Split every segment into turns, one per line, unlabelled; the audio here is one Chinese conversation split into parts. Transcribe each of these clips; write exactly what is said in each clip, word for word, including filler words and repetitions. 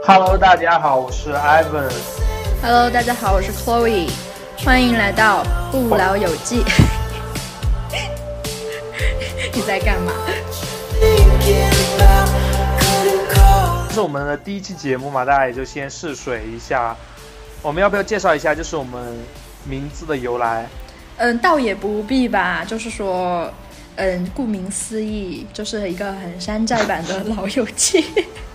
Hello， 大家好，我是 Ivan。
Hello， 大家好，我是 Chloe， 欢迎来到不老有记。你在干嘛？
这是我们的第一期节目嘛，大家也就先试水一下。我们要不要介绍一下，就是我们名字的由来？
嗯，倒也不必吧，就是说，嗯，顾名思义，就是一个很山寨版的老友记。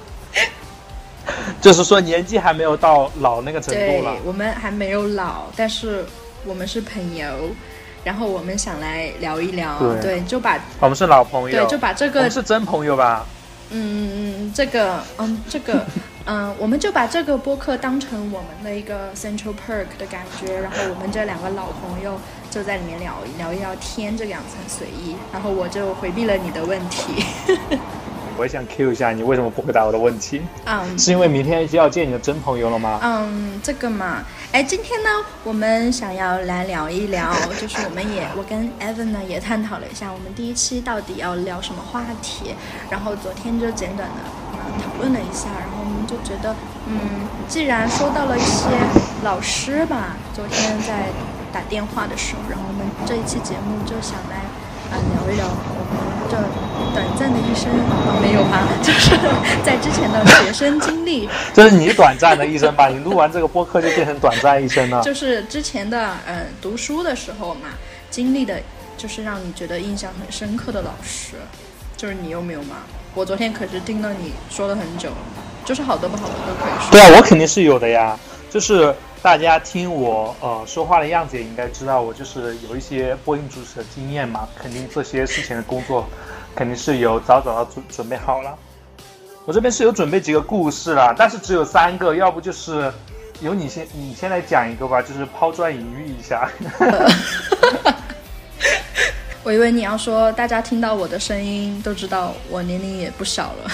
就是说年纪还没有到老那个程度了。
对，我们还没有老，但是我们是朋友，然后我们想来聊一聊。 对, 对，就把
我们是老朋友。
对，就把这个
我们是真朋友吧。
嗯，这个嗯这个嗯我们就把这个播客当成我们的一个 Central Perk 的感觉，然后我们这两个老朋友就在里面聊聊一聊天，这个样子很随意，然后我就回避了你的问题。
我也想 Q 一下你，为什么不回答我的问题？
嗯，
是因为明天就要见你的真朋友了吗？
嗯，这个嘛，哎，今天呢，我们想要来聊一聊，就是我们也，我跟 Evan 呢也探讨了一下，我们第一期到底要聊什么话题，然后昨天就简短的嗯讨论了一下，然后我们就觉得，嗯，既然说到了一些老师吧，昨天在打电话的时候，然后我们这一期节目就想来啊、呃、聊一聊我们这短暂的一生，哦、没有吧，就是在之前的学生经历。
这是你短暂的一生吧？你录完这个播客就变成短暂一生了。
就是之前的嗯、呃、读书的时候嘛，经历的，就是让你觉得印象很深刻的老师，就是你有没有嘛？我昨天可是听了你说了很久，就是好的不好的都可以说。
对啊，我肯定是有的呀，就是。大家听我呃说话的样子也应该知道，我就是有一些播音主持的经验嘛，肯定这些事情的工作肯定是有早早的准准备好了。我这边是有准备几个故事啦，但是只有三个，要不就是由你先你先来讲一个吧，就是抛砖引玉一下。
我以为你要说大家听到我的声音都知道我年龄也不小了。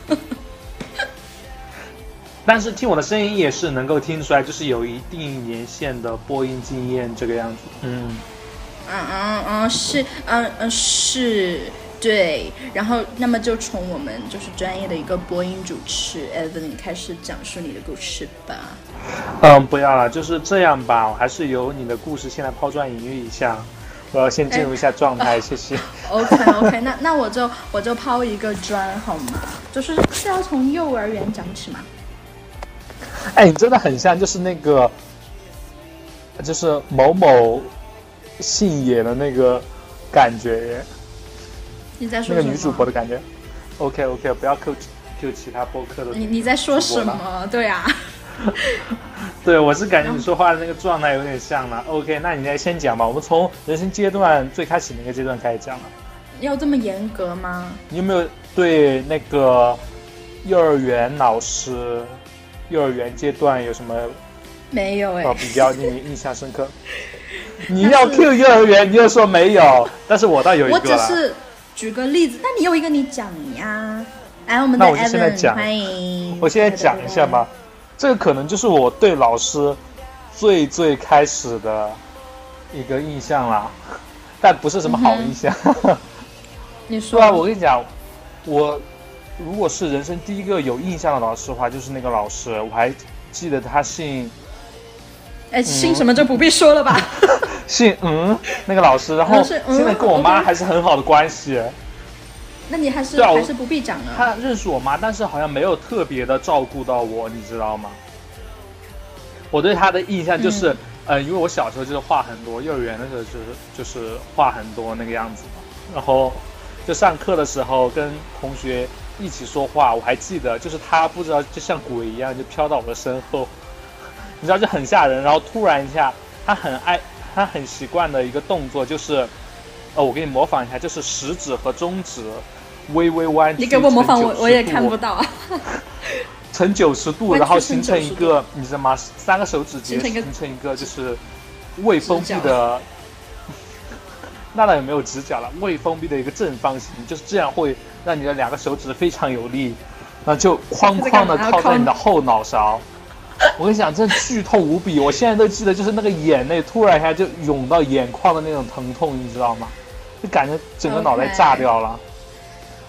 但是听我的声音也是能够听出来，就是有一定年限的播音经验这个样子。嗯
嗯嗯嗯是嗯嗯是对，然后那么就从我们就是专业的一个播音主持 Evan 开始讲述你的故事吧。
嗯，不要了，就是这样吧，我还是由你的故事先来抛砖引玉一下。我要先进入一下状态，哎、谢谢。
OK OK， 那那我就我就抛一个砖好吗？就是是要从幼儿园讲起吗？
哎，你真的很像，就是那个，就是某某姓野的那个感觉。
你在说什么？
那个女主播的感觉。OK OK， 不要 Q Q 其他播客的。
你你在说什么？对啊。
对，我是感觉你说话的那个状态有点像了。OK， 那你来先讲吧，我们从人生阶段最开始那个阶段开始讲了。
要这么严格吗？
你有没有对那个幼儿园老师？幼儿园阶段有什么
没有哎、
欸，比较令你印象深刻？你要 Q 幼儿园，你又说没有，但是我倒有一个啦。
我只是举个例子，那你有一个你讲呀。哎，我们的 Evan，
那我就现在讲，
欢迎。
我现在讲一下吧。这个可能就是我对老师最最开始的一个印象啦，但不是什么好印象。
嗯、你说。
对啊，我跟你讲，我。如果是人生第一个有印象的老师的话，就是那个老师，我还记得他姓，
哎，姓什么就不必说了吧。
嗯、姓嗯，那个老师，然后现在跟我妈还是很好的关系。嗯、
那你还是、啊、还是不必讲了。
他认识我妈，但是好像没有特别的照顾到我，你知道吗？我对他的印象就是，嗯、呃，因为我小时候就是话很多，幼儿园的时候就是就是话很多那个样子嘛，然后就上课的时候跟同学一起说话，我还记得，就是他不知道就像鬼一样就飘到我的身后，你知道就很吓人。然后突然一下，他很爱，他很习惯的一个动作就是，呃，我给你模仿一下，就是食指和中指微微弯曲。
你给我模仿，我我也看不到啊。
成九十度，然后形成一个，你知道吗？三个手指节形成一个就是未封闭的。那倒也没有直角了，未封闭的一个正方形，就是这样会让你的两个手指非常有力，然后就哐哐的靠在你的后脑勺。我跟你讲，真的剧痛无比，我现在都记得，就是那个眼泪突然一下就涌到眼眶的那种疼痛，你知道吗？就感觉整个脑袋炸掉了。
Okay. 但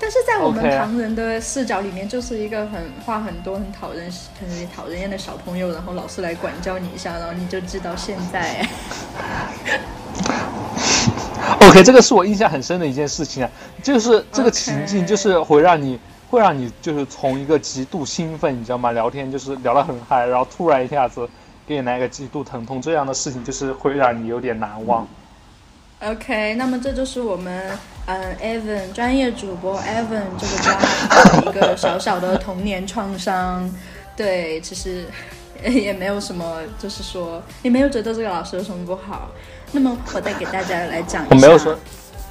但是在我们
OK
旁人的视角里面，就是一个很话很多、很讨人、很讨人厌的小朋友，然后老师来管教你一下，然后你就知道现在。
OK， 这个是我印象很深的一件事情啊，就是这个情境就是会让你。Okay.会让你就是从一个极度兴奋，你知道吗？聊天就是聊得很嗨，然后突然一下子给你来个极度疼痛，这样的事情就是会让你有点难忘。
OK， 那么这就是我们嗯 Evan 专业主播 Evan 这个家的一个小小的童年创伤。对，其实也没有什么，就是说也没有觉得这个老师有什么不好。那么我再给大家来讲一下，
我没有说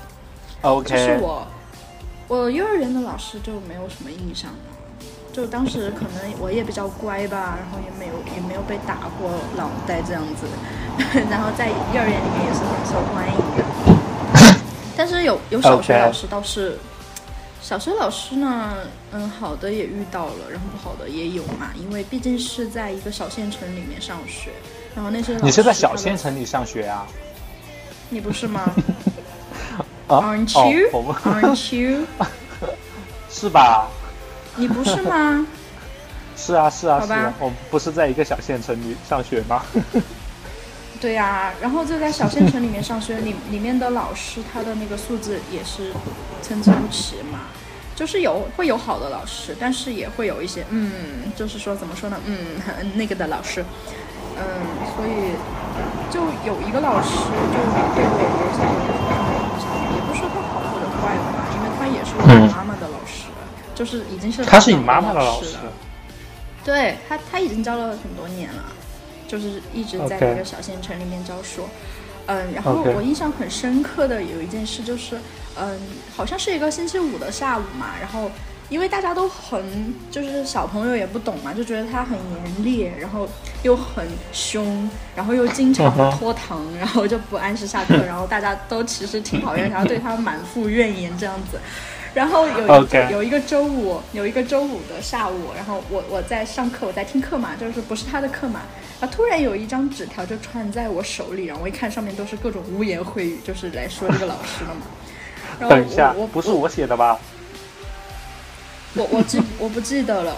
OK，
就是我。我幼儿园的老师就没有什么印象了，就当时可能我也比较乖吧，然后也没有也没有被打过脑袋这样子，然后在幼儿园里面也是很受欢迎的。但是有有小学老师倒是， okay. 小学老师呢，嗯，好的也遇到了，然后不好的也有嘛，因为毕竟是在一个小县城里面上学，然后那些老师
你是在小县城里上学啊？
你不是吗？Aren't you?、哦、Aren't you?
是吧？
你不是吗？
是啊，是啊，是啊，我不是在一个小县城里上学吗？
对呀、啊，然后就在小县城里面上学，里里面的老师他的那个素质也是参差不齐嘛，就是有会有好的老师，但是也会有一些嗯，就是说怎么说呢，嗯，那个的老师，嗯，所以就有一个老师就对我有些印象。也不是他好或者坏吧，因为他也是我妈妈的老师、嗯、就是已经是
他是你妈妈的老师，
对他他已经教了很多年了，就是一直在那个小县城里面教书。嗯，然后我印象很深刻的有一件事就是，嗯，好像是一个星期五的下午嘛，然后因为大家都很就是小朋友也不懂嘛，就觉得他很严厉，然后又很凶，然后又经常拖堂，然后就不按时下课，然后大家都其实挺讨厌他，对他满腹怨言这样子。然后有一个、okay. 有一个周五，有一个周五的下午，然后我我在上课，我在听课嘛，就是不是他的课嘛，然后突然有一张纸条就传在我手里，然后我一看上面都是各种污言秽语，就是来说这个老师了嘛。然后
等一下，我不是我写的吧？
我我记我不记得了。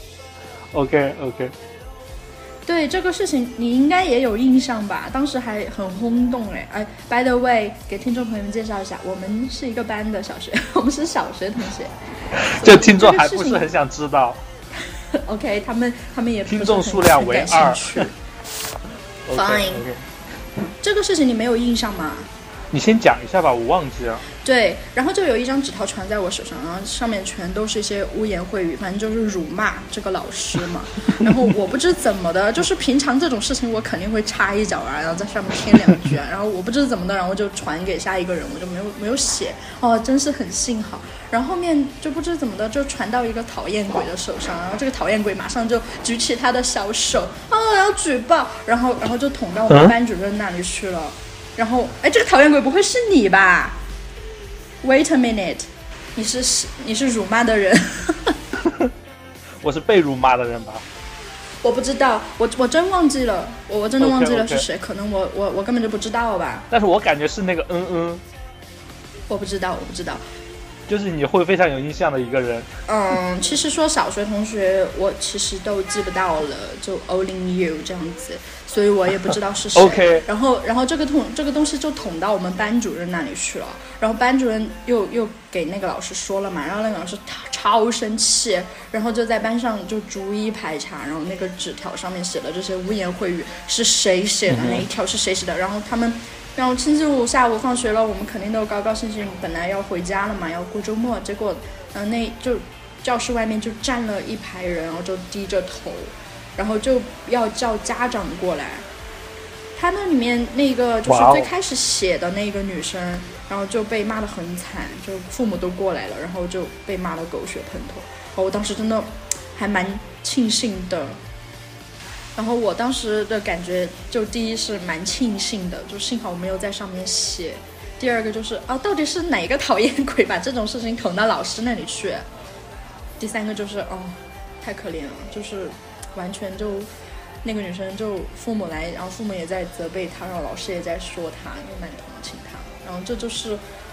OK OK。
对这个事情你应该也有印象吧？当时还很轰动哎哎 ，by the way， 给听众朋友们介绍一下，我们是一个班的小学，我们是小学同学。
这听众还不是很想知道。
OK， 他们他们也
听众数量为二。
Fine。Okay, okay. 这个事情你没有印象吗？
你先讲一下吧，我忘记了。
对，然后就有一张纸条传在我手上，然后上面全都是一些污言秽语，反正就是辱骂这个老师嘛。然后我不知怎么的，就是平常这种事情我肯定会插一脚啊，然后在上面添两句啊。然后我不知怎么的，然后就传给下一个人，我就没有没有写。哦，真是很幸好。然后后面就不知怎么的就传到一个讨厌鬼的手上，然后这个讨厌鬼马上就举起他的小手啊，要举报，然后然后就捅到我们班主任那里去了。嗯、然后哎，这个讨厌鬼不会是你吧？Wait a minute， 你是你是辱骂的人，
我是被辱骂的人吧？
我不知道，我我真忘记了，我我真的忘记了是谁， okay, okay. 可能我我我根本就不知道吧。
但是我感觉是那个嗯嗯，
我不知道，我不知道。
就是你会非常有印象的一个人。
嗯，其实说小学同学，我其实都记不到了，就 only you 这样子，所以我也不知道是谁。
OK。
然后，然后这个捅这个东西就捅到我们班主任那里去了，然后班主任又又给那个老师说了嘛，然后那个老师超生气，然后就在班上就逐一排查，然后那个纸条上面写了这些污言秽语是谁写的，哪一条是谁写的，然后他们。然后星期五下午放学了，我们肯定都高高兴兴，本来要回家了嘛，要过周末，结果，嗯、呃，那就教室外面就站了一排人，然后就低着头，然后就要叫家长过来。他那里面那个就是最开始写的那个女生，然后就被骂得很惨，就父母都过来了，然后就被骂得狗血喷头。哦，我当时真的还蛮庆幸的。然后我当时的感觉就第一是蛮庆幸的，就幸好我没有在上面写。第二个就是啊，到底是哪个讨厌鬼把这种事情捅到老师那里去？第三个就是哦，太可怜了，就是完全就那个女生就父母来，然后父母也在责备她，然后老师也在说她，就蛮同情她。然后这就是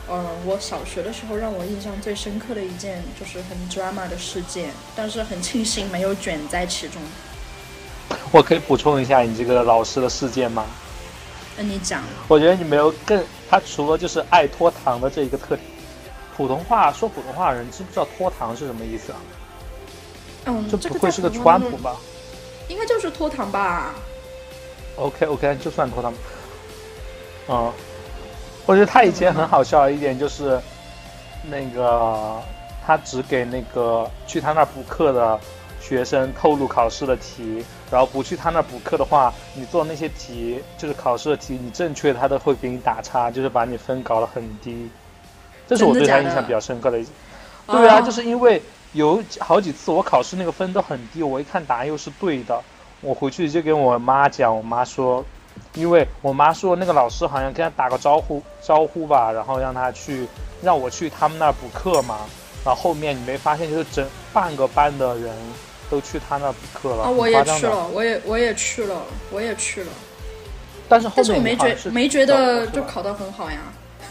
嗯，我小学的时候让我印象最深刻的一件就是很 drama 的事件，但是很庆幸没有卷在其中。
我可以补充一下你这个老师的事件吗？
那你讲。
我觉得你没有更，他除了就是爱拖堂的这一个特点，普通话说普通话的人知不知道拖堂是什么意思啊？
嗯，
这不会是个川普吧？
应该就是拖堂吧。
OK OK， 就算拖堂。嗯，我觉得他以前很好笑的一点就是，那个他只给那个去他那儿补课的学生透露考试的题，然后不去他那儿补课的话，你做那些题就是考试的题，你正确他都会给你打叉，就是把你分搞得很低。这是我对他印象比较深刻的一。对啊，就是因为有好几次我考试那个分都很低，我一看答案又是对的，我回去就跟我妈讲，我妈说，因为我妈说那个老师好像跟他打个招呼招呼吧，然后让他去让我去他们那儿补课嘛，然后后面你没发现就是整半个班的人都去他那儿补课了。
啊，我也去了，我也我也去了，我也去了。
但是后面
但是我没觉没觉得就考得很好呀。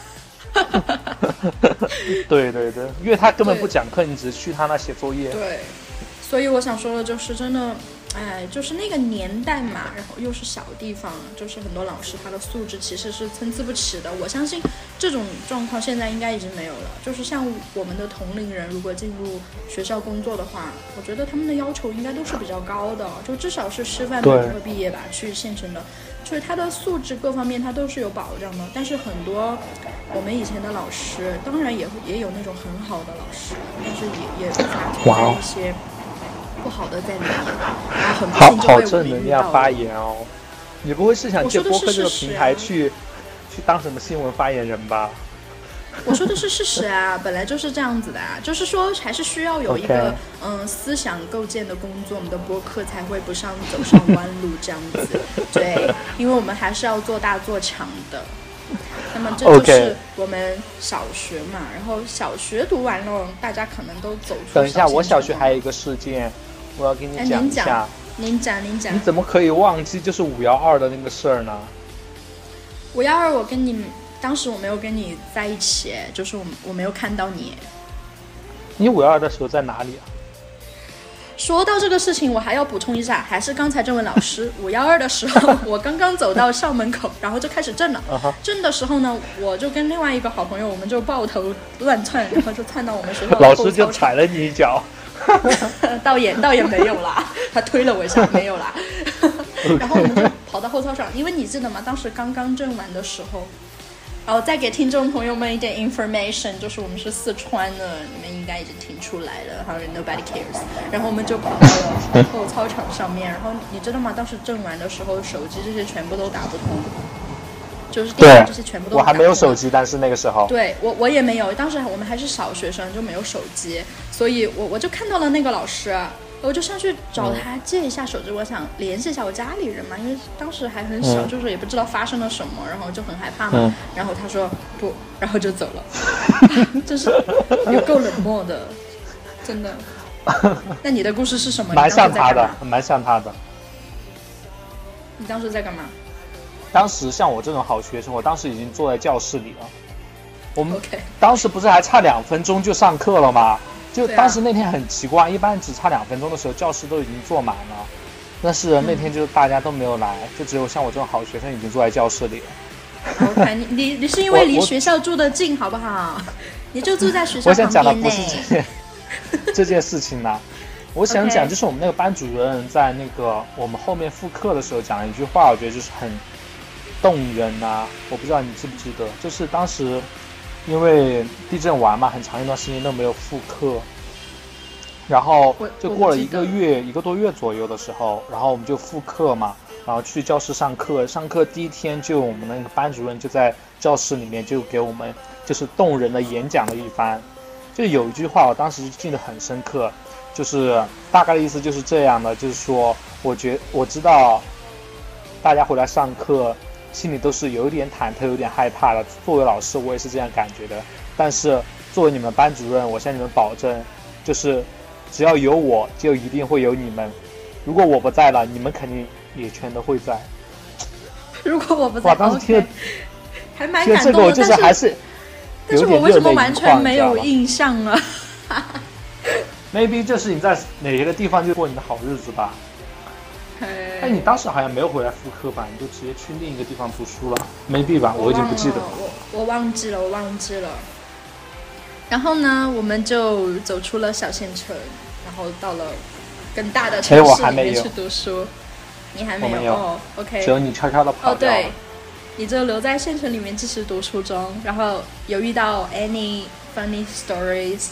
对对对，因为他根本不讲课，你只是去他那写作业。
对，所以我想说的就是真的，哎，就是那个年代嘛，然后又是小地方，就是很多老师他的素质其实是参差不齐的。我相信这种状况现在应该已经没有了。就是像我们的同龄人，如果进入学校工作的话，我觉得他们的要求应该都是比较高的，就至少是师范本科毕业吧，去县城的。就是他的素质各方面他都是有保障的，但是很多我们以前的老师，当然也也有那种很好的老师，但是也也无法存在一些不好的在里面，然后很不幸就被我们遇到了。好
正能量发言哦！你不会是想借播客这个平台去、啊、去当什么新闻发言人吧？
我说的是事实啊，本来就是这样子的啊，就是说还是需要有一个、okay. 嗯思想构建的工作，我们的播客才会不上走上弯路这样子。对，因为我们还是要做大做强的。那么这就是我们小学嘛， okay. 然后小学读完了，大家可能都走出。
等一下，我小学还有一个事件，我要跟你讲一下。
您讲，您讲。
你怎么可以忘记就是五幺二的那个事儿呢？
五幺二，我跟你。当时我没有跟你在一起，就是我我没有看到你。
你五幺二的时候在哪里啊？
说到这个事情，我还要补充一下，还是刚才这位老师，五幺二的时候，我刚刚走到校门口，然后就开始震了。uh-huh. 震的时候呢，我就跟另外一个好朋友，我们就抱头乱窜，然后就窜到我们学校的后操场。老师
就踩了你一脚。
倒也倒也没有啦，他推了我一下，没有啦。然后我们就跑到后操场，因为你记得吗？当时刚刚震完的时候。然后再给听众朋友们一点 information， 就是我们是四川的，你们应该已经听出来了，好像 nobody cares。然后我们就跑到了后操场上面，然后你知道吗？当时震完的时候，手机这些全部都打不通，就是电话这些全部都打不通。
我还没有手机，但是那个时候，
对我我也没有，当时我们还是小学生，就没有手机，所以我我就看到了那个老师。我就上去找他借一下手机、嗯、我想联系一下我家里人嘛，因为当时还很小、嗯、就是也不知道发生了什么，然后就很害怕嘛、嗯、然后他说不，然后就走了。就是有够冷漠的，真的。那你的故事是什么？
蛮像他的，蛮像他的。
你当时在干嘛？
当时像我这种好学生，我当时已经坐在教室里了。我们当时不是还差两分钟就上课了吗？就当时那天很奇怪，一般只差两分钟的时候，教室都已经坐满了。但是那天就是大家都没有来，嗯、就只有像我这种好学生已经坐在教室里了。
OK， 你你你是因为离学校住得近，好不好？你就住在学校旁边。
我想讲的不是这件这件事情呢、啊，我想讲就是我们那个班主任在那个我们后面复课的时候讲了一句话，我觉得就是很动人啊。我不知道你记不记得，就是当时。因为地震完嘛，很长一段时间都没有复课，然后就过了一个月一个多月左右的时候，然后我们就复课嘛，然后去教室上课。上课第一天就我们那个班主任就在教室里面就给我们就是动人的演讲了一番。就有一句话我当时记得很深刻，就是大概的意思就是这样的，就是说我觉我知道大家回来上课心里都是有点忐忑有点害怕的，作为老师我也是这样感觉的，但是作为你们班主任，我向你们保证，就是只要有我就一定会有你们，如果我不在了，你们肯定也全都会在。
如果我不在，
哇，当时听了、
okay, 还蛮感动的。
这个我就是还是
但是我为什么完全没有印象啊
？Maybe 就是你在哪一个地方就过你的好日子吧。哎，你当时好像没有回来复课吧？你就直接去另一个地方读书了 ？Maybe 吧，我已经不记得了。
我我忘记了，我忘记了。然后呢，我们就走出了小县城，然后到了更大的城市里面去读书。你还没有？
没有
哦 ，OK。
只有你悄悄的跑掉了。
哦，对，你就留在县城里面继续读初中，然后有遇到 any funny stories？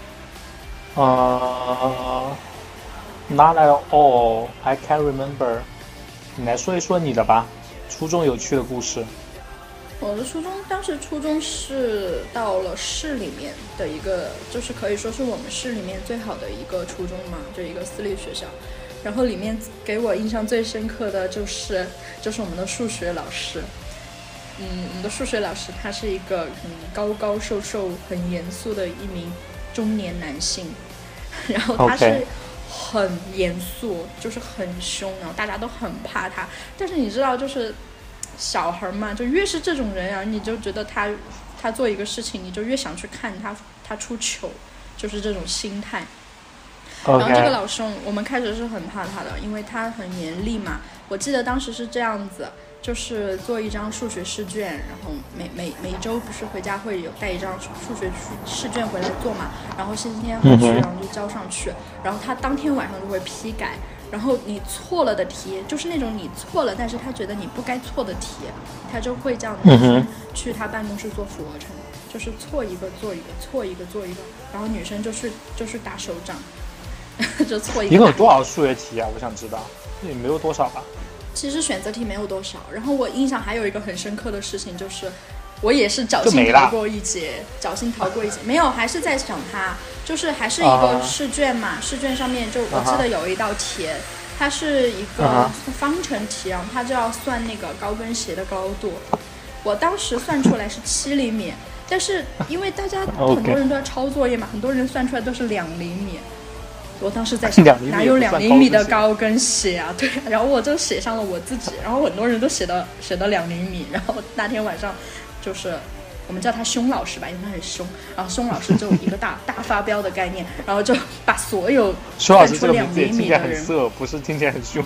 呃、uh, ，Not at all. I can't remember. 你来说一说你的吧，初中有趣的故事。
我的初中，当时初中是到了市里面的一个，就是可以说是我们市里面最好的一个初中嘛，就一个私立学校。然后里面给我印象最深刻的就是就是我们的数学老师。嗯，我们的数学老师他是一个嗯高高瘦瘦很严肃的一名中年男性，然后他是很严肃，就是很凶，然后大家都很怕他。但是你知道，就是小孩嘛，就越是这种人啊，你就觉得他他做一个事情，你就越想去看他他出糗，就是这种心态。
Okay.
然后这个老师我们开始是很怕他的，因为他很严厉嘛。我记得当时是这样子，就是做一张数学试卷，然后每每每周不是回家会有带一张数学试卷回来做嘛，然后星期天回去，然后就交上去，然后他当天晚上就会批改，然后你错了的题，就是那种你错了但是他觉得你不该错的题，他就会这样子去他办公室做俯卧撑，就是错一个做一个，错一个做一个，然后女生就去就去打手掌就错一个。
一共有多少数学题啊？我想知道，也没有多少吧。
其实选择题没有多少，然后我印象还有一个很深刻的事情，就是我也是侥幸逃过一劫，侥幸逃过一劫，没有，还是在想它，就是还是一个试卷嘛， uh-huh. 试卷上面就我记得有一道题， uh-huh. 它是一个方程题，然后它就要算那个高跟鞋的高度，我当时算出来是七厘米，但是因为大家很多人都在抄作业嘛， okay. 很多人算出来都是两厘米。我当时在想，哪有两厘米的高跟鞋啊？对，然后我就写上了我自己，然后很多人都写到写到两厘米。然后那天晚上，就是我们叫他凶老师吧，因为他很凶。然后凶老师就一个大大发飙的概念，然后就把所有算出两厘米的人，
很色，不是听起来很凶。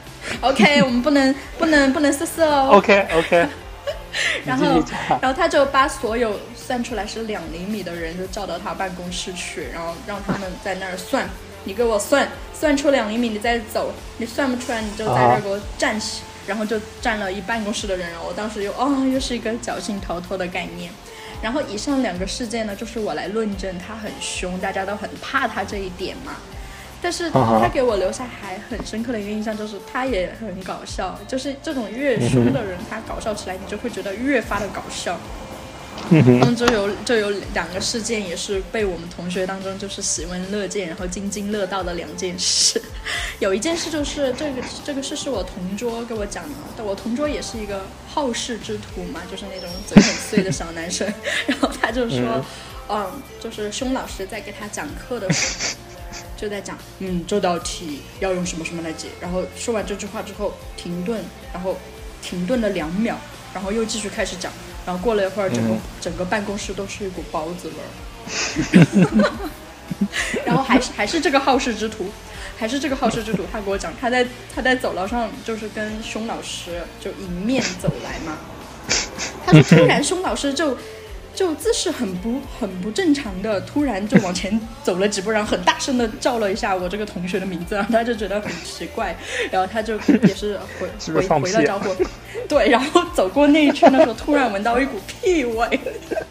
OK， 我们不能不能不能色色哦。
OK OK 。
然后然后他就把所有算出来是两厘米的人就叫到他办公室去，然后让他们在那儿算。你给我算算出两厘米你再走，你算不出来你就在这儿给我站起、啊、然后就站了一办公室的人，我当时又哦又是一个侥幸逃脱的概念。然后以上两个事件呢，就是我来论证他很凶，大家都很怕他这一点嘛。但是他给我留下还很深刻的一个印象，就是他也很搞笑，就是这种越凶的人、嗯、他搞笑起来你就会觉得越发的搞笑。嗯，就有就有两个事件也是被我们同学当中就是喜闻乐见，然后津津乐道的两件事。有一件事就是这个这个事是我同桌跟我讲的，我同桌也是一个好事之徒嘛，就是那种嘴很碎的小男生。然后他就说，嗯, 嗯，就是凶老师在给他讲课的时候，就在讲，嗯，这道题要用什么什么来解。然后说完这句话之后停顿，然后停顿了两秒，然后又继续开始讲。然后过了一会儿，整个、嗯、整个办公室都是一股包子味儿。然后还是还是这个好事之徒，还是这个好事之徒，他给我讲，他在他在走廊上就是跟凶老师就迎面走来嘛。他说突然凶老师就就姿势很不很不正常的，突然就往前走了几步，然后很大声的叫了一下我这个同学的名字，然后他就觉得很奇怪，然后他就也是回
是不是
回回了招呼，对，然后走过那一圈的时候，突然闻到一股屁味。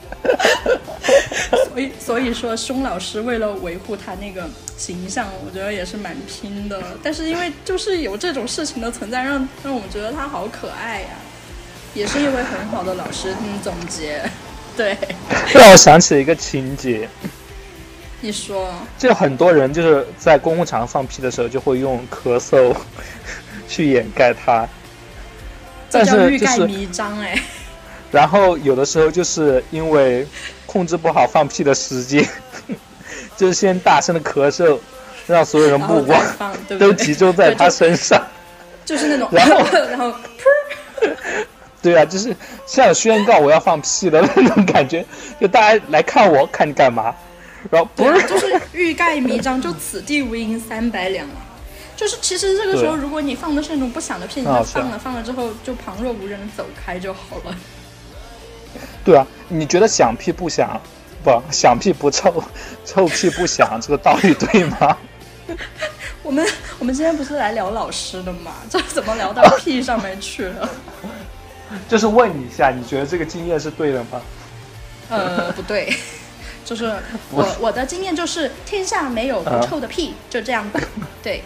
所以所以说凶老师为了维护他那个形象，我觉得也是蛮拼的。但是因为就是有这种事情的存在，让让我们觉得他好可爱呀、啊，也是一位很好的老师。嗯，总结。对，
让我想起一个情节。
你说，
就很多人就是在公共场放屁的时候，就会用咳嗽去掩盖它，
这叫欲盖弥彰哎。
然后有的时候就是因为控制不好放屁的时间，就是先大声的咳嗽，让所有人目光
对对
都集中在他身上，
就是那种，
然后
然后
对啊，就是像宣告我要放屁的那种感觉，就大家来看我，看你干嘛？然后不是，
啊、就是欲盖弥彰，就此地无银三百两啊。就是其实这个时候，如果你放的是那种不响的屁，你就放了，放了之后就旁若无人的走开就好了。
对啊，你觉得响屁不响，不响屁不臭，臭屁不响，这个道理对吗？
我们我们今天不是来聊老师的吗？这怎么聊到屁上面去了？
就是问你一下，你觉得这个经验是对的吗？
呃，不对。就是我我的经验就是天下没有不臭的屁，啊、就这样的，对。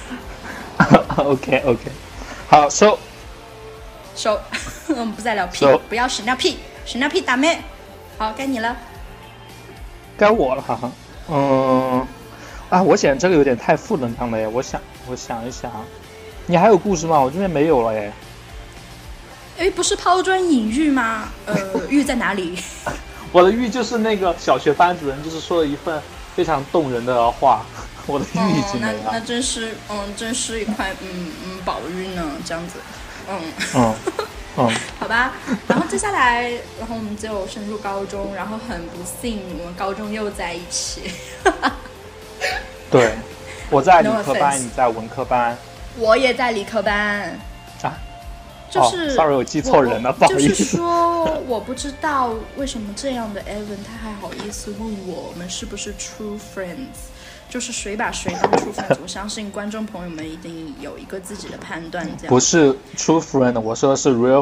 OK OK， 好收
收，我们不再聊屁，不要屎尿屁，屎尿屁打妹。好，该你了。
该我了，哈哈。嗯，啊，我想这个有点太负能量了耶。我想我想一想，你还有故事吗？我这边没有了耶。
哎，不是抛砖引玉吗？呃，玉在哪里？
我的玉就是那个小学班主任，就是说了一份非常动人的话，我的玉已经没了。
哦、那那真是，嗯，真是一块嗯嗯宝玉呢，这样子，嗯
嗯嗯，
好吧。然后接下来，然后我们就升入高中，然后很不幸，我们高中又在一起。
对，我在理科班， no、你在文科班，
我也在理科班
啊。
就是、
哦、，sorry， 我记错人了，不好意思。
就是说，我不知道为什么这样的 Evan 他还好意思问我，我们是不是 true friends？ 就是谁把谁当 true friends？ 我相信观众朋友们一定有一个自己的判断。这样
不是 true friend， 我说的是 real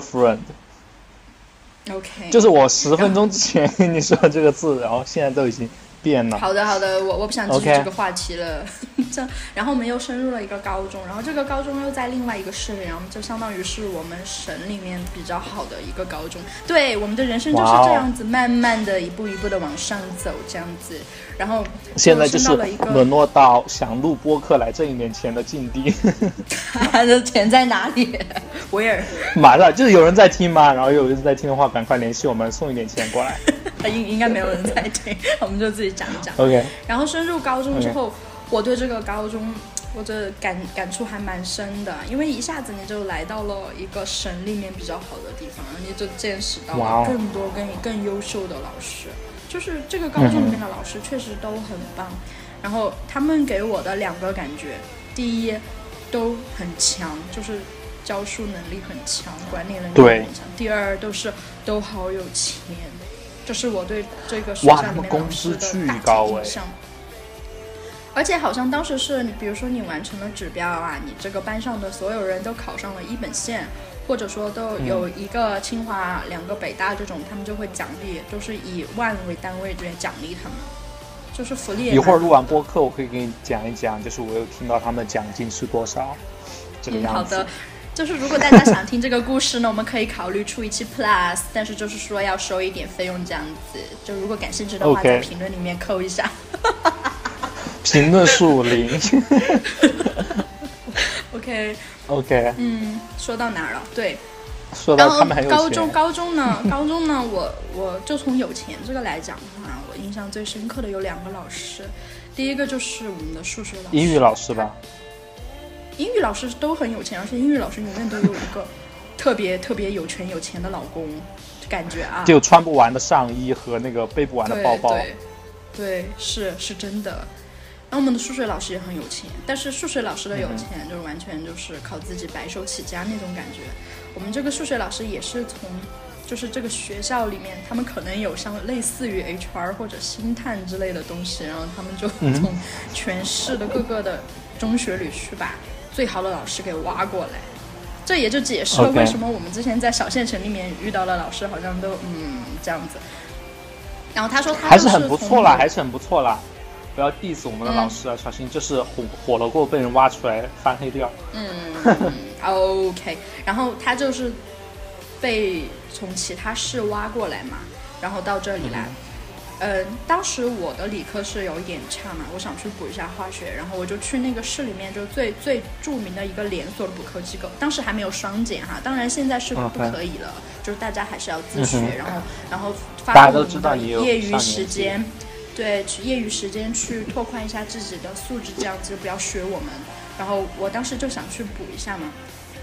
friend。OK， 就是我十分钟之前跟你说这个字，然后现在都已经变了。
好的好的，我我不想继续这个话题了。这然后我们又升入了一个高中，然后这个高中又在另外一个市里，然后就相当于是我们省里面比较好的一个高中。对，我们的人生就是这样子，慢慢的一步一步的往上走，这样子。然后
现在就是沦落到想录播客来挣一点钱的境地。
他的钱在哪里？威尔，
马上就是有人在听吗？然后有人在听的话，赶快联系我们，送一点钱过来。
应应该没有人在听，我们就自己讲一讲。
OK。
然后升入高中之后， okay. 我对这个高中，我的感感触还蛮深的，因为一下子你就来到了一个省里面比较好的地方，你就见识到了更多更更优秀的老师。就是这个高中里面的老师确实都很棒，嗯、然后他们给我的两个感觉，第一都很强，就是教书能力很强，管理能力很强。第二都是都好有钱。这是我对这个学校里面老师的大体印象。而且好像当时是你，比如说你完成了指标啊，你这个班上的所有人都考上了一本线，或者说都有一个清华、嗯、两个北大这种，他们就会奖励，都是以万为单位这样奖励他们，就是福利也。
一会儿录完播客，我可以给你讲一讲，就是我有听到他们的奖金是多少，这个样子。
嗯，好的。就是如果大家想听这个故事呢，我们可以考虑出一期 plus， 但是就是说要收一点费用这样子。就如果感兴趣的话， okay. 在评论里面扣一下。
评论数零。
OK
OK。
嗯，说到哪儿了？对。
说到他们很有钱。
高中高中呢，高中呢，我我就从有钱这个来讲的话，我印象最深刻的有两个老师，第一个就是我们的数学老师，
英语老师吧。
英语老师都很有钱，而且英语老师永远都有一个特别特别有权有钱的老公，感觉啊，
就穿不完的上衣和那个背不完的包包。
对，对，对，是是真的。然后我们的数学老师也很有钱，但是数学老师的有钱就是完全就是靠自己白手起家那种感觉。我们这个数学老师也是从就是这个学校里面，他们可能有像类似于 H R 或者星探之类的东西，然后他们就从全市的各个的中学里去把最好的老师给挖过来，这也就解释了为什么我们之前在小县城里面遇到的老师好像都嗯这样子。然后他说他
还是很不错啦，还是很不错啦，不要 diss 我们的老师啊，嗯、小心就是火火了过被人挖出来翻黑掉。
嗯，OK。然后他就是被从其他市挖过来嘛，然后到这里来。嗯呃，当时我的理科是有一点差嘛，我想去补一下化学，然后我就去那个市里面就最最著名的一个连锁的补课机构，当时还没有双减哈，当然现在是不可以了， okay. 就是大家还是要自学，嗯、然后然后发挥我们的业余时间，对，去业余时间去拓宽一下自己的素质，这样子就不要学我们。然后我当时就想去补一下嘛，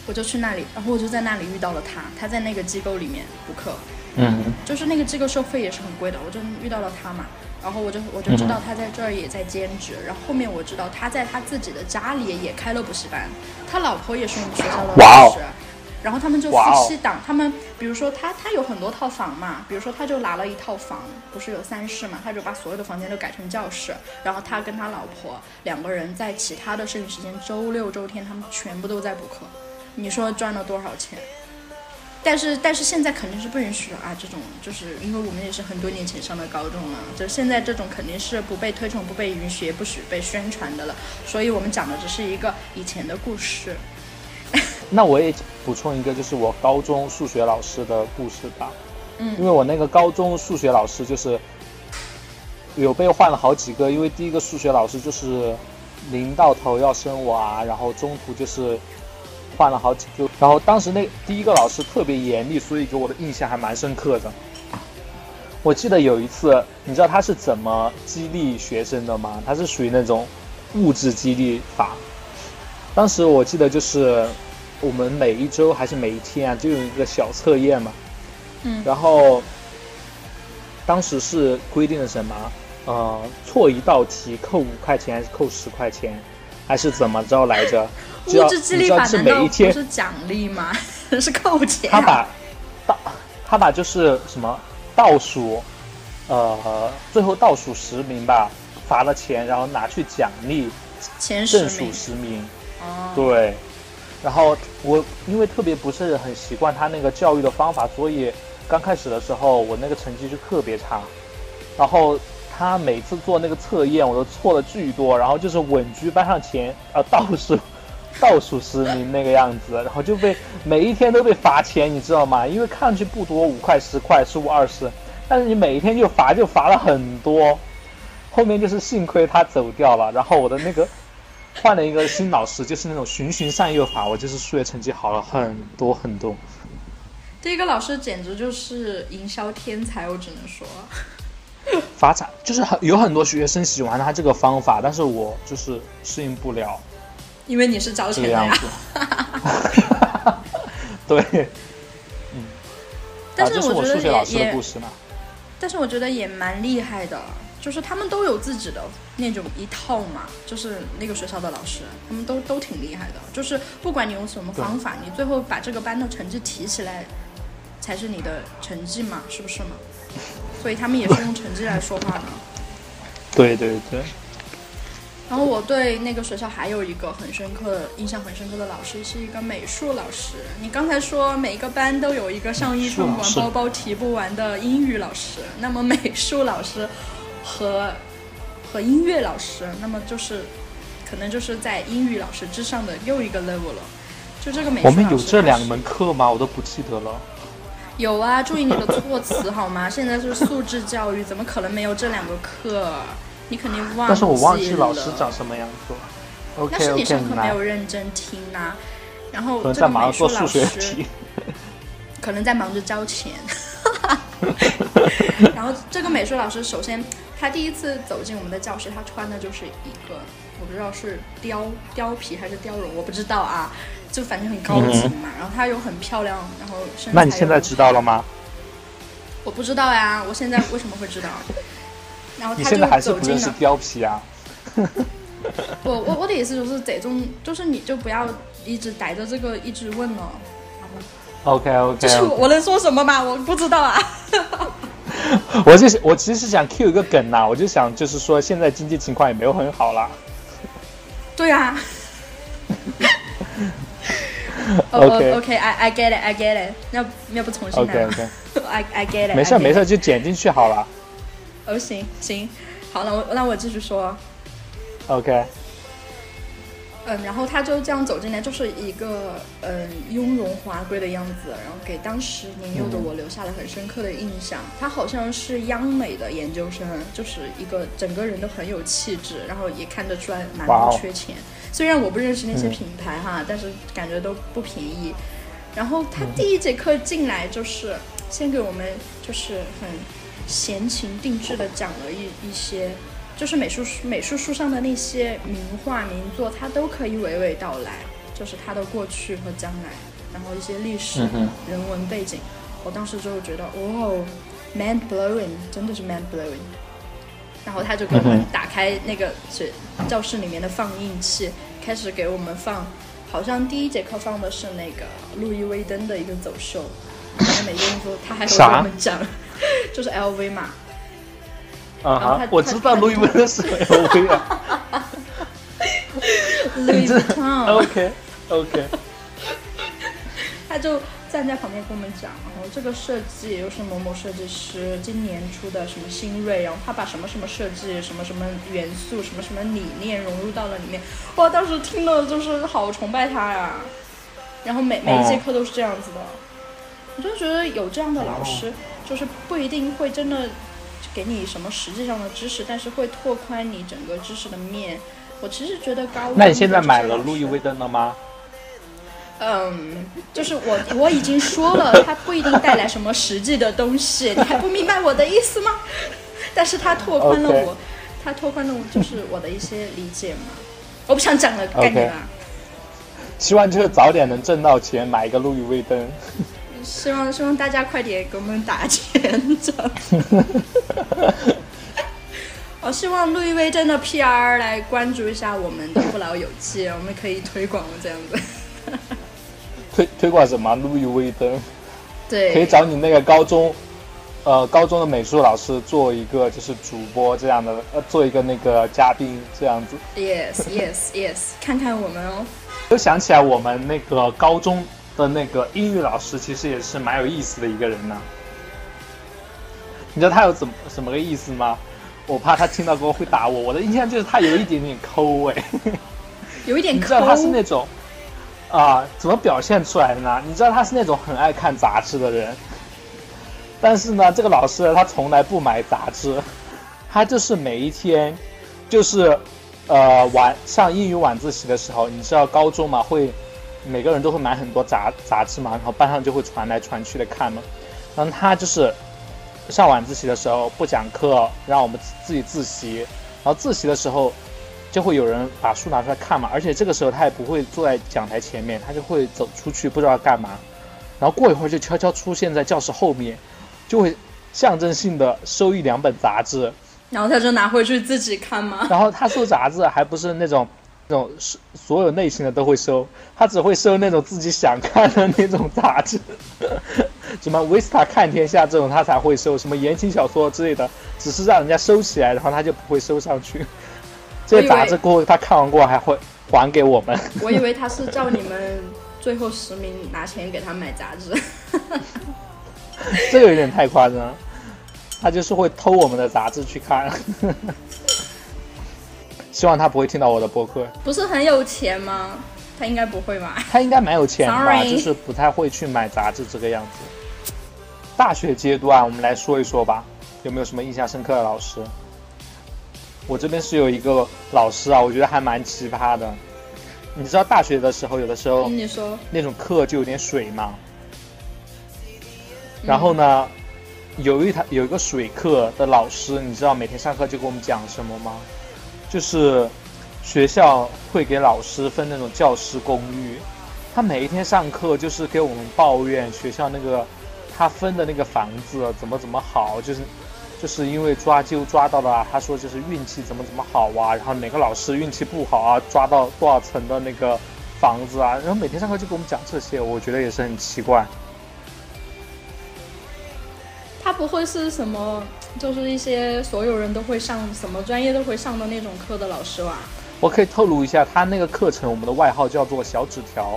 我就去那里，然后我就在那里遇到了他，他在那个机构里面补课，
嗯，
就是那个机构收费也是很贵的，我就遇到了他嘛，然后我就我就知道他在这儿也在兼职，然后后面我知道他在他自己的家里也开了补习班，他老婆也是我们学校的老师。然后他们就夫妻档，他们比如说他他有很多套房嘛，比如说他就拿了一套房，不是有三室嘛，他就把所有的房间都改成教室，然后他跟他老婆两个人在其他的剩余时间，周六周天他们全部都在补课，你说赚了多少钱？但是但是现在肯定是不允许了啊，这种就是因为我们也是很多年前上的高中了，就现在这种肯定是不被推崇、不被允许、也不许被宣传的了，所以我们讲的只是一个以前的故事。
那我也补充一个，就是我高中数学老师的故事吧。
嗯，
因为我那个高中数学老师就是有被换了好几个，因为第一个数学老师就是临到头要生娃，然后中途就是换了好几个，然后当时那第一个老师特别严厉，所以给我的印象还蛮深刻的。我记得有一次，你知道他是怎么激励学生的吗？他是属于那种物质激励法。当时我记得就是我们每一周还是每一天啊，就有一个小测验嘛，
嗯，
然后当时是规定了什么？呃，错一道题扣五块钱，还是扣十块钱，还是怎么着来着？
物质激励法难道不
是
奖励吗？是扣钱、
啊。他把倒，他把就是什么倒数，呃，最后倒数十名吧，罚了钱，然后拿去奖励
前十名，
正数十名。
哦，
对。然后我因为特别不是很习惯他那个教育的方法，所以刚开始的时候我那个成绩就特别差。然后他每次做那个测验我都错了巨多，然后就是稳居班上前呃倒数倒数十名那个样子，然后就被每一天都被罚钱，你知道吗？因为看上去不多，五块十块十五二十，但是你每一天就罚就罚了很多。后面就是幸亏他走掉了，然后我的那个换了一个新老师，就是那种循循善诱法，我就是数学成绩好了很多很多。
这个老师简直就是营销天才，我只能说
发展就是很有很多学生喜欢他这个方法，但是我就是适应不了，
因为你是招钱的呀。
对，嗯，
但是我觉得也、啊、这是我
数学老师的故事嘛。
但是我觉得也蛮厉害的，就是他们都有自己的那种一套嘛，就是那个学校的老师，他们都都挺厉害的。就是不管你用什么方法，你最后把这个班的成绩提起来，才是你的成绩嘛，是不是嘛？所以他们也是用成绩来说话的。
对对对。
然后我对那个学校还有一个很深刻的印象很深刻的老师，是一个美术老师。你刚才说每一个班都有一个上衣穿不完包包提不完的英语老师，那么美术老师和和音乐老师，那么就是可能就是在英语老师之上的又一个 level 了。就这个美术老师，
我们有这两门课吗？我都不记得了。有
啊，注意你的措辞好吗？现在是素质教育，怎么可能没有这两个课？你肯定忘记了。
但是我忘记老师长什么样子了。OK OK，
那是你上课没有认真听啊。然后这
个
美术老师
可能
在忙着交钱。然后这个美术老师，首先他第一次走进我们的教室，他穿的就是一个我不知道是貂貂皮还是貂绒，我不知道啊。就反正很高级嘛、嗯，然后她又很漂亮，然后身材。
那你现在知道了吗？
我不知道呀，我现在为什么会知道？然后她就走进了。你
现在还是不认识貂皮啊？
我我我的意思就是这种，就是你就不要一直带着这个一直问了。
OK OK。
就是我能说什么吗？我不知道啊。
我就我其实是想 Q 一个梗呐、啊，我就想就是说现在经济情况也没有很好啦。
对啊。OK OK I I get it I get it 要要不重新来
OK OK
I I get it
没事没事就剪进去好了。
哦行行好了，我那我继续说。
OK。
嗯，然后他就这样走进来，就是一个嗯雍容华贵的样子，然后给当时年幼的我留下了很深刻的印象、嗯、他好像是央美的研究生，就是一个整个人都很有气质，然后也看得出来蛮不缺钱、wow. 虽然我不认识那些品牌哈、嗯、但是感觉都不便宜。然后他第一节课进来就是先给我们就是很闲情定制的讲了一一些就是美术美术书上的那些名画名作，他都可以娓娓道来， 就是它的过去和将来，然后一些历史、
嗯、
人文背景。我当时就觉得，哦 ，mind blowing， 真的是 mind blowing。然后他就给我们打开那个教室里面的放映器，开始给我们放，好像第一节课放的是那个路易威登的一个走秀，然后每个人说他还会跟我们讲，就是 L V 嘛。
啊哈，我知道路易威登是 L V 啊。
Louis Vuitton。
OK OK。
他就站在旁边跟我们讲，然后这个设计又是某某设计师今年出的什么新锐，然后他把什么什么设计、什么什么元素、什么什么理念融入到了里面。哇，当时听了就是好崇拜他呀。然后每每一节课都是这样子的，我就觉得有这样的老师，就是不一定会真的给你什么实际上的知识，但是会拓宽你整个知识的面。我其实觉得高中，
那你现在买了路易威登了吗？
嗯，就是我我已经说了，它不一定带来什么实际的东西，你还不明白我的意思吗？但是它拓宽了我， okay. 它拓宽了我就是我的一些理解嘛。我不想讲了，概念啊。
希望就是早点能挣到钱，买一个路易威登。
希望希望大家快点给我们打钱，这样。我希望路易威登的 P R 来关注一下我们的不老有记，我们可以推广这样子。
推推广什么？路易威登。
对，
可以找你那个高中，呃，高中的美术老师做一个就是主播这样的，呃，做一个那个嘉宾这样子。
Yes yes yes， 看看我们哦。
就想起来我们那个高中的那个英语老师，其实也是蛮有意思的一个人呢。你知道他有怎么什么个意思吗？我怕他听到过后会打我。我的印象就是他有一点点抠哎，
有一点抠。
你知道他是那种。啊，怎么表现出来的呢？你知道他是那种很爱看杂志的人，但是呢，这个老师他从来不买杂志，他就是每一天，就是呃晚上英语晚自习的时候，你知道高中嘛，会每个人都会买很多杂杂志嘛，然后班上就会传来传去的看嘛，然后他就是上晚自习的时候不讲课，让我们自己自习，然后自习的时候。就会有人把书拿出来看嘛，而且这个时候他也不会坐在讲台前面，他就会走出去不知道干嘛，然后过一会儿就悄悄出现在教室后面，就会象征性的收一两本杂志，
然后他就拿回去自己看吗？
然后他收杂志还不是那种那种所有类型的都会收，他只会收那种自己想看的那种杂志，什么维斯塔看天下这种他才会收，什么言情小说之类的只是让人家收起来，然后他就不会收上去。这些杂志过后他看完过还会还给我们。
我以为他是叫你们最后十名拿钱给他买杂志。
这有点太夸张，他就是会偷我们的杂志去看。希望他不会听到我的播客。
不是很有钱吗？他应该不会吧？
他应该蛮有钱吧，
Sorry
就是不太会去买杂志这个样子。大学阶段我们来说一说吧，有没有什么印象深刻的老师？我这边是有一个老师啊，我觉得还蛮奇葩的。你知道大学的时候有的时候
你说
那种课就有点水嘛，然后呢、嗯、有一堂有一个水课的老师，你知道每天上课就给我们讲什么吗？就是学校会给老师分那种教师公寓，他每一天上课就是给我们抱怨学校那个他分的那个房子怎么怎么好，就是就是因为抓阄抓到了，他说就是运气怎么怎么好啊，然后哪个老师运气不好啊，抓到多少层的那个房子啊，然后每天上课就给我们讲这些，我觉得也是很奇怪。
他不会是什么就是一些所有人都会上什么专业都会上的那种课的老师吧？
我可以透露一下，他那个课程我们的外号叫做小纸条。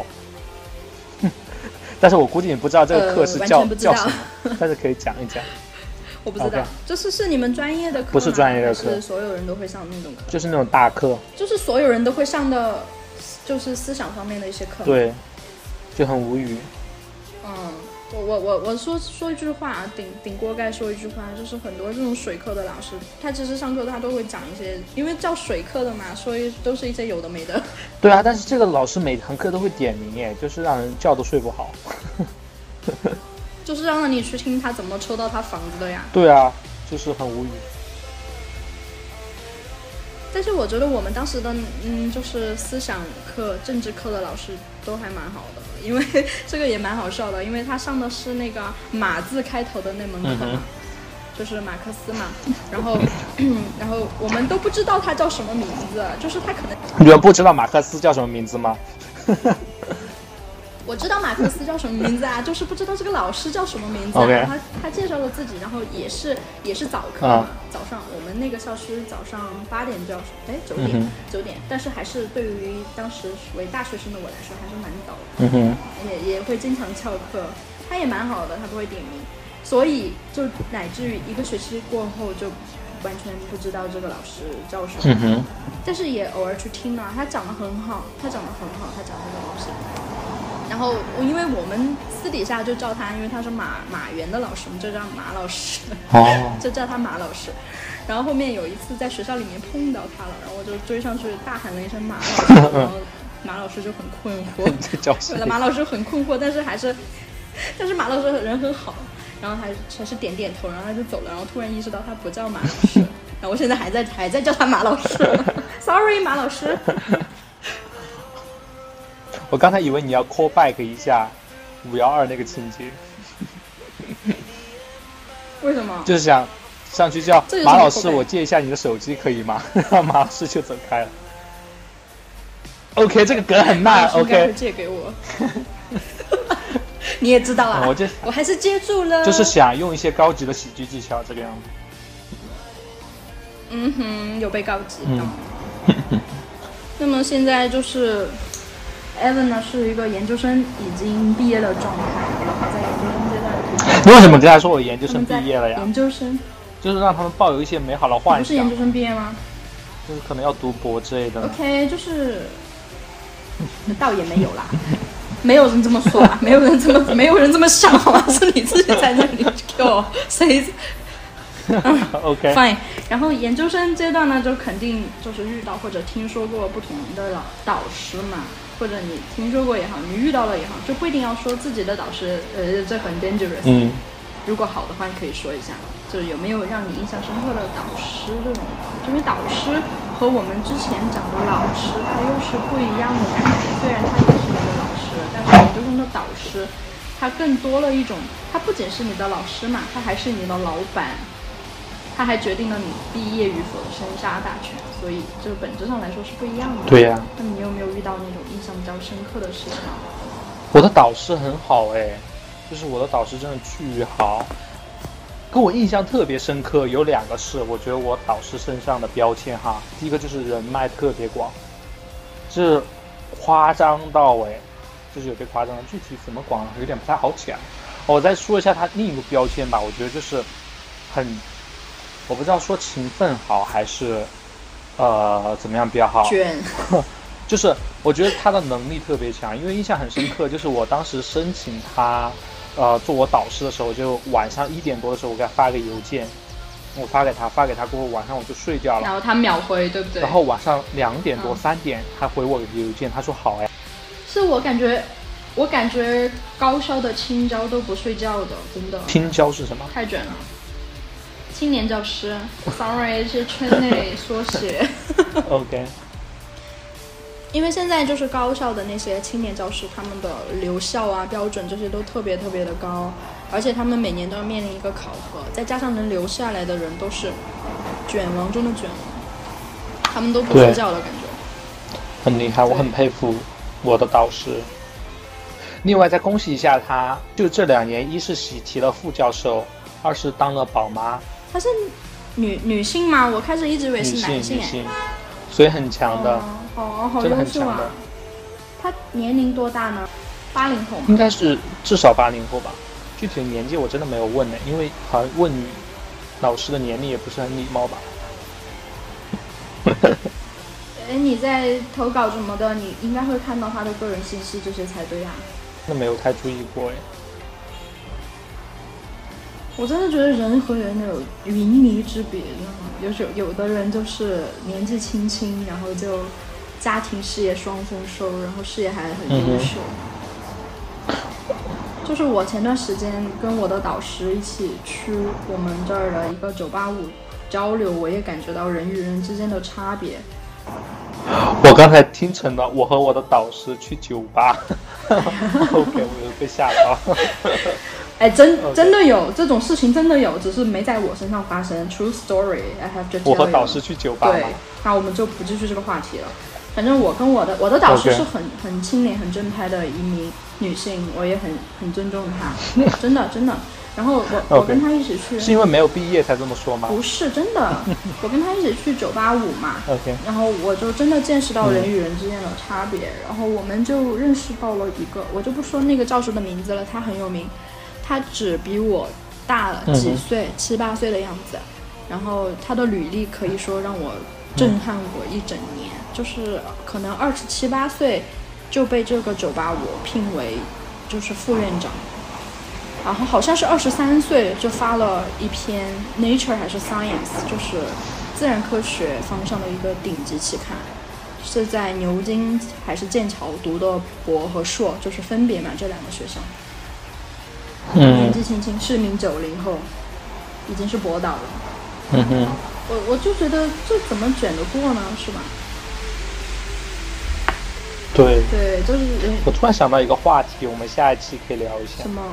但是我估计你不知道这个课是叫、呃、叫什么，但是可以讲一讲。
我不知道， okay. 这是是你们专业的课吗？
不是专业的课，
是所有人都会上那种课，
就是那种大课，
就是所有人都会上的，就是思想方面的一些课。
对，就很无语。
嗯，我我我我说说一句话，顶顶锅盖说一句话，就是很多这种水课的老师，他其实上课他都会讲一些，因为叫水课的嘛，所以都是一些有的没的。
对啊，但是这个老师每堂课都会点名，哎，就是让人觉都睡不好。
就是让你去听他怎么抽到他房子的呀。
对啊，就是很无语。
但是我觉得我们当时的嗯，就是思想课、政治课的老师都还蛮好的，因为这个也蛮好笑的，因为他上的是那个马字开头的那门课嘛，嗯、就是马克思嘛，然后然后我们都不知道他叫什么名字，就是他可能
你们不知道马克思叫什么名字吗？
我知道马克思叫什么名字啊，就是不知道这个老师叫什么名字、啊。
Okay.
他他介绍了自己，然后也是也是早课嘛，啊、早上我们那个校区早上八点就要，哎九点九、嗯、点，但是还是对于当时为大学生的我来说还是蛮早的，
嗯哼，
也也会经常翘课，他也蛮好的，他不会点名，所以就乃至于一个学期过后就完全不知道这个老师叫什么，
嗯哼，
但是也偶尔去听啊，他讲得很好，他讲得很好，他讲这个东西。然后因为我们私底下就叫他，因为他是马马原的老师，我们就叫马老师，哦，就叫他马老师。然后后面有一次在学校里面碰到他了，然后我就追上去大喊了一声马老师，然后马老师就很困惑，马老师很困惑，但是还是，但是马老师人很好，然后还还是点点头，然后他就走了，然后突然意识到他不叫马老师，然后我现在还在还在叫他马老师，sorry 马老师。
我刚才以为你要 call back 一下五幺二那个情节，
为什么？
就是想上去叫马老师，我借一下你的手机可以吗？然后马老师就走开了。OK， 这个梗很烂。OK，
借给我。你也知道啊，
我就
我还是接住了。
就是想用一些高级的喜剧技巧，这个样子。
嗯哼，有被告急到。嗯、那么现在就是。Evan 呢是一个研究生已经毕业的状态，然后在研究生阶段。
你为什么跟他说我研究生毕业了呀？
研究生
就是让他们抱有一些美好的幻想。
不是研究生毕业吗？
就是可能要读博之类的。
OK， 就是倒也没有啦，没有人这么说啊，没有人这么没有人这么想好吗？是你自己在那里给我 say。
OK
fine， 然后研究生阶段呢，就肯定就是遇到或者听说过不同的老导师嘛。或者你听说过也好，你遇到了也好，就不一定要说自己的导师，呃，这很 dangerous。嗯，如果好的话，你可以说一下，就是有没有让你印象深刻的导师这种，因为导师和我们之前讲的老师，他又是不一样的感觉。虽然他也是你的老师，但是研究生的导师，他更多了一种，他不仅是你的老师嘛，他还是你的老板。他还决定了你毕业与否的生杀大权，所以这个本质上来说是不一样的。
对呀、啊。
那你有没有遇到那种印象比较深刻的事情？
我的导师很好哎，就是我的导师真的巨好，跟我印象特别深刻有两个事，我觉得我导师身上的标签哈，第一个就是人脉特别广，是夸张到哎，就是有点夸张，具体怎么广有点不太好讲。我再说一下他另一个标签吧，我觉得就是很。我不知道说勤奋好还是，呃，怎么样比较好？
卷，
就是我觉得他的能力特别强，因为印象很深刻，就是我当时申请他，呃，做我导师的时候，就晚上一点多的时候，我给他发个邮件，我发给他，发给他过后，晚上我就睡掉了，
然后他秒回，对不对？
然后晚上两点多、三、嗯、点，他回我邮件，他说好哎。
是我感觉，我感觉高校的青椒都不睡觉的，真的。
青椒是什么？
太卷了。青年教师 ，sorry 是圈内缩写。
OK。
因为现在就是高校的那些青年教师，他们的留校啊标准这些都特别特别的高，而且他们每年都要面临一个考核，再加上能留下来的人都是卷王中的卷王，他们都不睡觉的感觉。
很厉害，我很佩服我的导师。另外再恭喜一下他，就这两年，一是喜提了副教授，二是当了宝妈。
她是女女性吗？我开始一直以为是男性，
女性，所以很强的，
哦，好优秀啊！她年龄多大呢？八零后吗？
应该是至少八零后吧，具体的年纪我真的没有问呢，因为好像问女老师的年龄也不是很礼貌吧。
哎，你在投稿什么的，你应该会看到她的个人信息这些才对啊。
那没有太注意过哎。
我真的觉得人和人有云泥之别，有有的人就是年纪轻轻，然后就家庭事业双丰收，然后事业还很优秀。嗯、就是我前段时间跟我的导师一起去我们这儿的一个九八五交流，我也感觉到人与人之间的差别。
我刚才听成了我和我的导师去酒吧OK 我又被吓到
哎，真真的有这种事情，真的有，只是没在我身上发生。 True story I have to tell you。
我和导师去酒吧。
对，那我们就不继续这个话题了。反正我跟我的我的导师是很、okay. 很清廉很正派的一名女性，我也很很尊重她真的真的。然后我、okay. 我跟她一起去，
是因为没有毕业才这么说吗？
不是真的我跟她一起去九八五嘛
okay.
然后我就真的见识到人与人之间的差别、嗯、然后我们就认识到了一个，我就不说那个教授的名字了，他很有名，他只比我大了几岁、嗯、七八岁的样子，然后他的履历可以说让我震撼我一整年、嗯、就是可能二十七八岁就被这个九八五聘为就是副院长，然后好像是二十三岁就发了一篇 Nature 还是 Science， 就是自然科学方向的一个顶级期刊，是在牛津还是剑桥读的博和硕，就是分别嘛这两个学校。嗯，年纪轻轻是名九零后，已经是博导了。
嗯哼，
我我就觉得这怎么卷得过呢，是吧？
对
对，就是
我突然想到一个话题，我们下一期可以聊一下。
什么？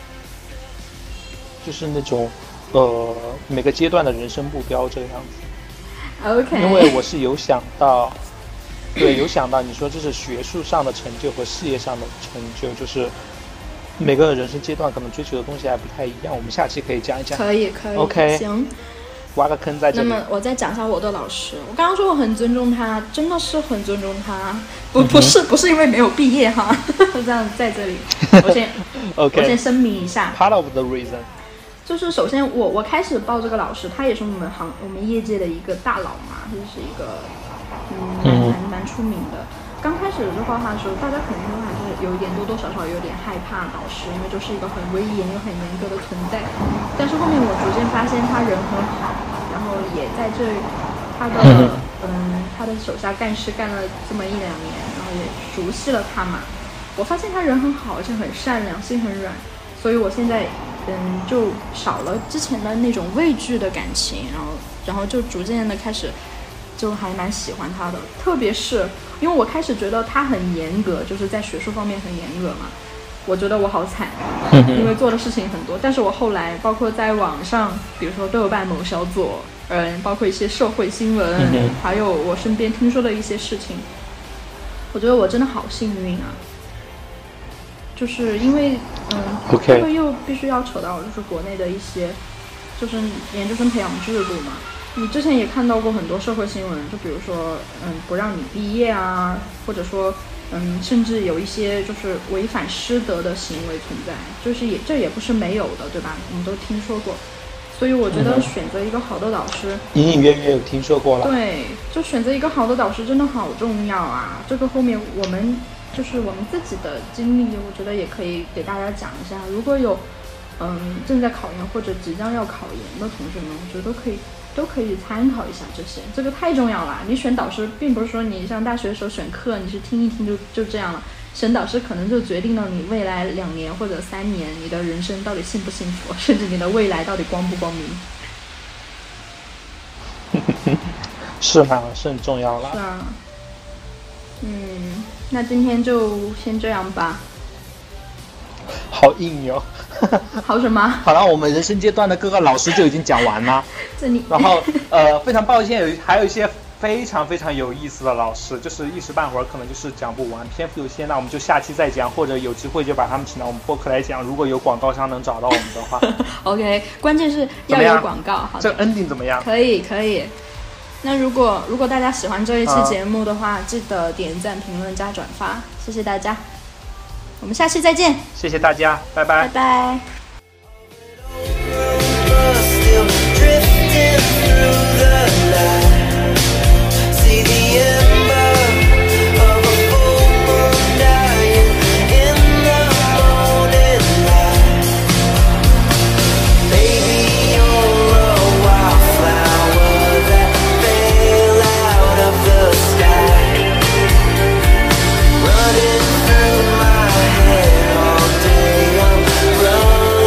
就是那种呃每个阶段的人生目标这个样子。
OK。
因为我是有想到，对，有想到你说这是学术上的成就和事业上的成就，就是每个人生阶段可能追求的东西还不太一样。我们下期可以讲一讲。
可以可以。
OK。
行。
挖个坑在这里。
那么我再讲一下我的老师，我刚刚说我很尊重他，真的是很尊重他，不不是不是因为没有毕业哈，这样在这里，我先
okay.
我先声明一下
，part of the reason，
就是首先我我开始报这个老师，他也是我们行我们业界的一个大佬嘛，就是一个嗯蛮蛮蛮出名的。刚开始就报他的时候，大家肯定都还是有一点多多少少有点害怕导师，因为就是一个很威严又很严格的存在。但是后面我逐渐发现他人很好，然后也在这他的嗯他的手下干事干了这么一两年，然后也熟悉了他嘛。我发现他人很好，而且很善良，心很软，所以我现在嗯就少了之前的那种畏惧的感情，然后然后就逐渐的开始。就还蛮喜欢他的，特别是因为我开始觉得他很严格，就是在学术方面很严格嘛，我觉得我好惨，因为做的事情很多。但是我后来包括在网上，比如说豆瓣某小组，嗯，包括一些社会新闻，还有我身边听说的一些事情，我觉得我真的好幸运啊，就是因为嗯，这个又必须要扯到就是国内的一些就是研究生培养制度嘛。你之前也看到过很多社会新闻，就比如说，嗯，不让你毕业啊，或者说，嗯，甚至有一些就是违反师德的行为存在，就是也这也不是没有的，对吧？我们都听说过，所以我觉得选择一个好的导师，
隐隐约约有听说过了。
对，就选择一个好的导师真的好重要啊！这个后面我们就是我们自己的经历，我觉得也可以给大家讲一下。如果有，嗯，正在考研或者即将要考研的同学们，我觉得都可以。都可以参考一下这些，这个太重要了。你选导师并不是说你像大学的时候选课，你去听一听就就这样了。选导师可能就决定了你未来两年或者三年你的人生到底幸不幸福，甚至你的未来到底光不光明。
是啊，是很重要了。
是啊。嗯，那今天就先这样吧。
好硬哟。
好什么？
好了，我们人生阶段的各个老师就已经讲完了。
这里，
然后呃，非常抱歉，有还有一些非常非常有意思的老师，就是一时半会儿可能就是讲不完，篇幅有限，那我们就下期再讲，或者有机会就把他们请到我们播客来讲。如果有广告商能找到我们的话
，OK， 关键是要有广告。好的，
这个 ending 怎么样？
可以，可以。那如果如果大家喜欢这一期节目的话，嗯、记得点赞、评论、加转发，谢谢大家。我们下期再见，
谢谢大家，拜拜，
拜拜。
Running through my head all day, I'm running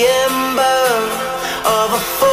ember of a